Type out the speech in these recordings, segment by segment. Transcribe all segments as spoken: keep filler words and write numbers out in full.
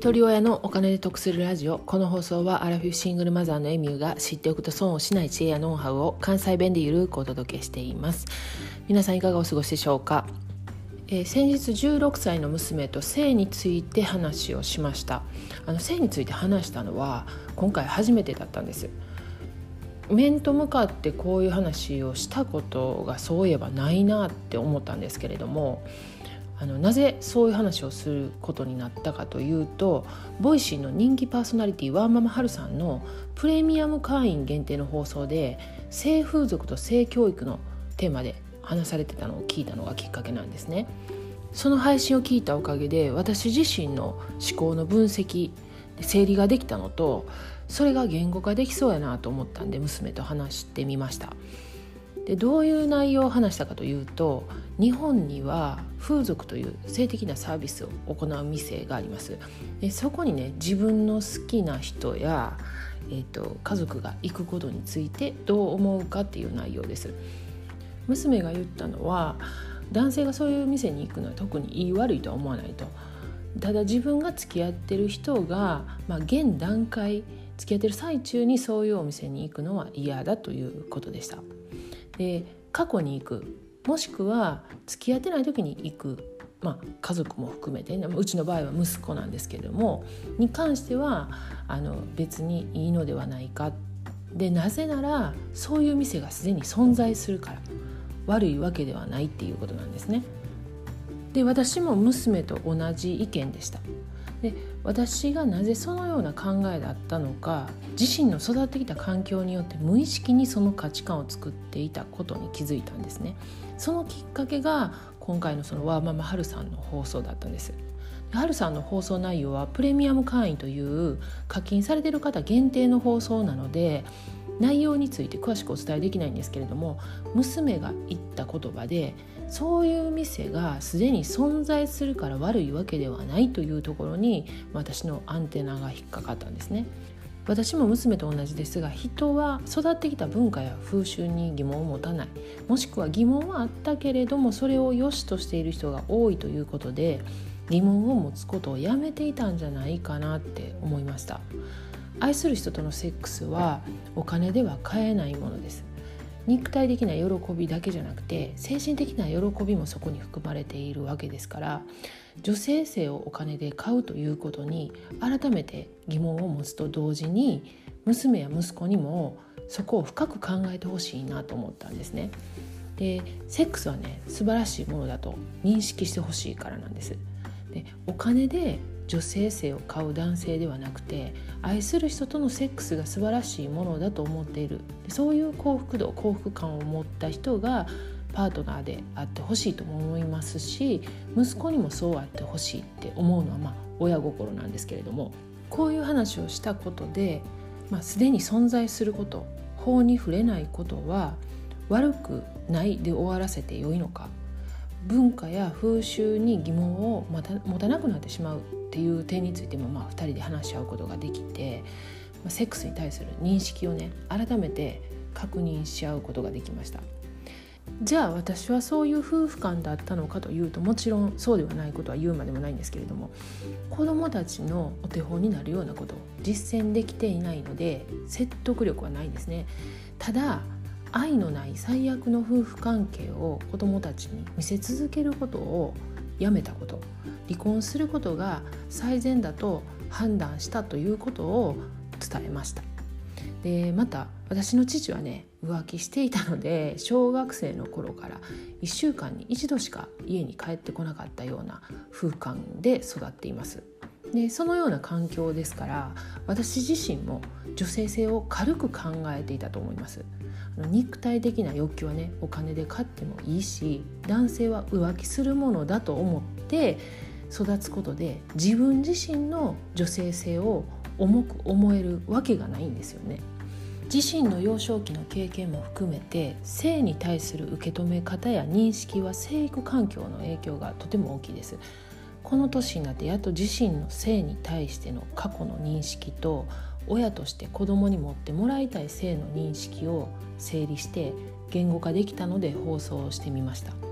一人親のお金で得するラジオ。この放送はアラフィフシングルマザーのエミューが知っておくと損をしない知恵やノウハウを関西弁でゆるくお届けしています。皆さんいかがお過ごしでしょうか。えー、先日じゅうろくさいの娘と性について話をしました。あの性について話したのは今回初めてだったんです。面と向かってこういう話をしたことがそういえばないなって思ったんですけれども、あのなぜそういう話をすることになったかというと、ボイシーの人気パーソナリティワーママハルさんのプレミアム会員限定の放送で性風俗と性教育のテーマで話されてたのを聞いたのがきっかけなんですね。その配信を聞いたおかげで私自身の思考の分析整理ができたのと、それが言語化できそうやなと思ったんで娘と話してみました。でどういう内容を話したかというと、日本には風俗という性的なサービスを行う店があります。でそこにね、自分の好きな人や、えーと、家族が行くことについてどう思うかっていう内容です。娘が言ったのは、男性がそういう店に行くのは特にいい悪いとは思わないと。ただ自分が付き合ってる人が、まあ、現段階付き合ってる最中にそういうお店に行くのは嫌だということでした。で過去に行く、もしくは付き合ってない時に行く、まあ、家族も含めて、ね、うちの場合は息子なんですけれどもに関してはあの別にいいのではないか。でなぜならそういう店がすでに存在するから、悪いわけではないっていうことなんですね。で私も娘と同じ意見でした。で私がなぜそのような考えだったのか、自身の育ってきた環境によって無意識にその価値観を作っていたことに気づいたんですね。そのきっかけが今回のそのワーママハルさんの放送だったんです。ハルさんの放送内容はプレミアム会員という課金されている方限定の放送なので、内容について詳しくお伝えできないんですけれども、娘が言った言葉で、そういう店がすでに存在するから悪いわけではないというところに私のアンテナが引っかかったんですね。私も娘と同じですが、人は育ってきた文化や風習に疑問を持たない、もしくは疑問はあったけれどもそれを良しとしている人が多いということで、疑問を持つことをやめていたんじゃないかなって思いました。愛する人とのセックスはお金では買えないものです。肉体的な喜びだけじゃなくて精神的な喜びもそこに含まれているわけですから、女性性をお金で買うということに改めて疑問を持つと同時に、娘や息子にもそこを深く考えてほしいなと思ったんですね。でセックスはね、素晴らしいものだと認識してほしいからなんです。でお金で女性性を買う男性ではなくて、愛する人とのセックスが素晴らしいものだと思っている、そういう幸福度幸福感を持った人がパートナーであってほしいとも思いますし、息子にもそうあってほしいって思うのはまあ親心なんですけれども、こういう話をしたことで、まあ、すでに存在すること、法に触れないことは悪くないで終わらせてよいのか、文化や風習に疑問を持たなくなってしまうっていう点についても、まあふたりで話し合うことができて、セックスに対する認識をね、改めて確認し合うことができました。じゃあ私はそういう夫婦間だったのかというと、もちろんそうではないことは言うまでもないんですけれども、子どもたちのお手本になるようなことを実践できていないので説得力はないんですね。ただ愛のない最悪の夫婦関係を子どもたちに見せ続けることをやめたこと、離婚することが最善だと判断したということを伝えました。でまた私の父はね、浮気していたので、小学生の頃からいっしゅうかんに一度しか家に帰ってこなかったような夫婦間で育っています。でそのような環境ですから、私自身も女性性を軽く考えていたと思います。肉体的な欲求はね、お金で買ってもいいし、男性は浮気するものだと思って育つことで自分自身の女性性を重く思えるわけがないんですよね。自身の幼少期の経験も含めて、性に対する受け止め方や認識は生育環境の影響がとても大きいです。この年になってやっと自身の性に対しての過去の認識と、親として子供に持ってもらいたい性の認識を整理して言語化できたので放送してみました。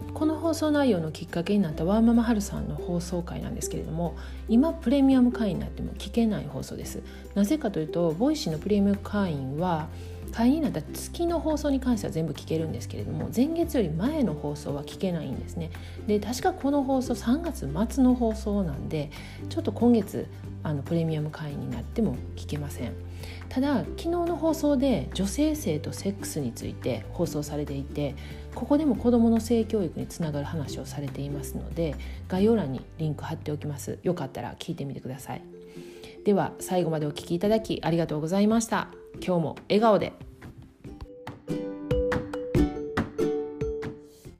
この放送内容のきっかけになったワーママハルさんの放送回なんですけれども、今プレミアム会員になっても聞けない放送です。なぜかというと、ボイシーのプレミアム会員は会員になった月の放送に関しては全部聞けるんですけれども、前月より前の放送は聞けないんですね。で、確かこの放送さんがつ末の放送なんで、ちょっと今月あのプレミアム会員になっても聞けません。ただ昨日の放送で女性性とセックスについて放送されていて、ここでも子どもの性教育につながる話をされていますので、概要欄にリンク貼っておきます。よかったら聞いてみてください。では最後までお聞きいただきありがとうございました。今日も笑顔で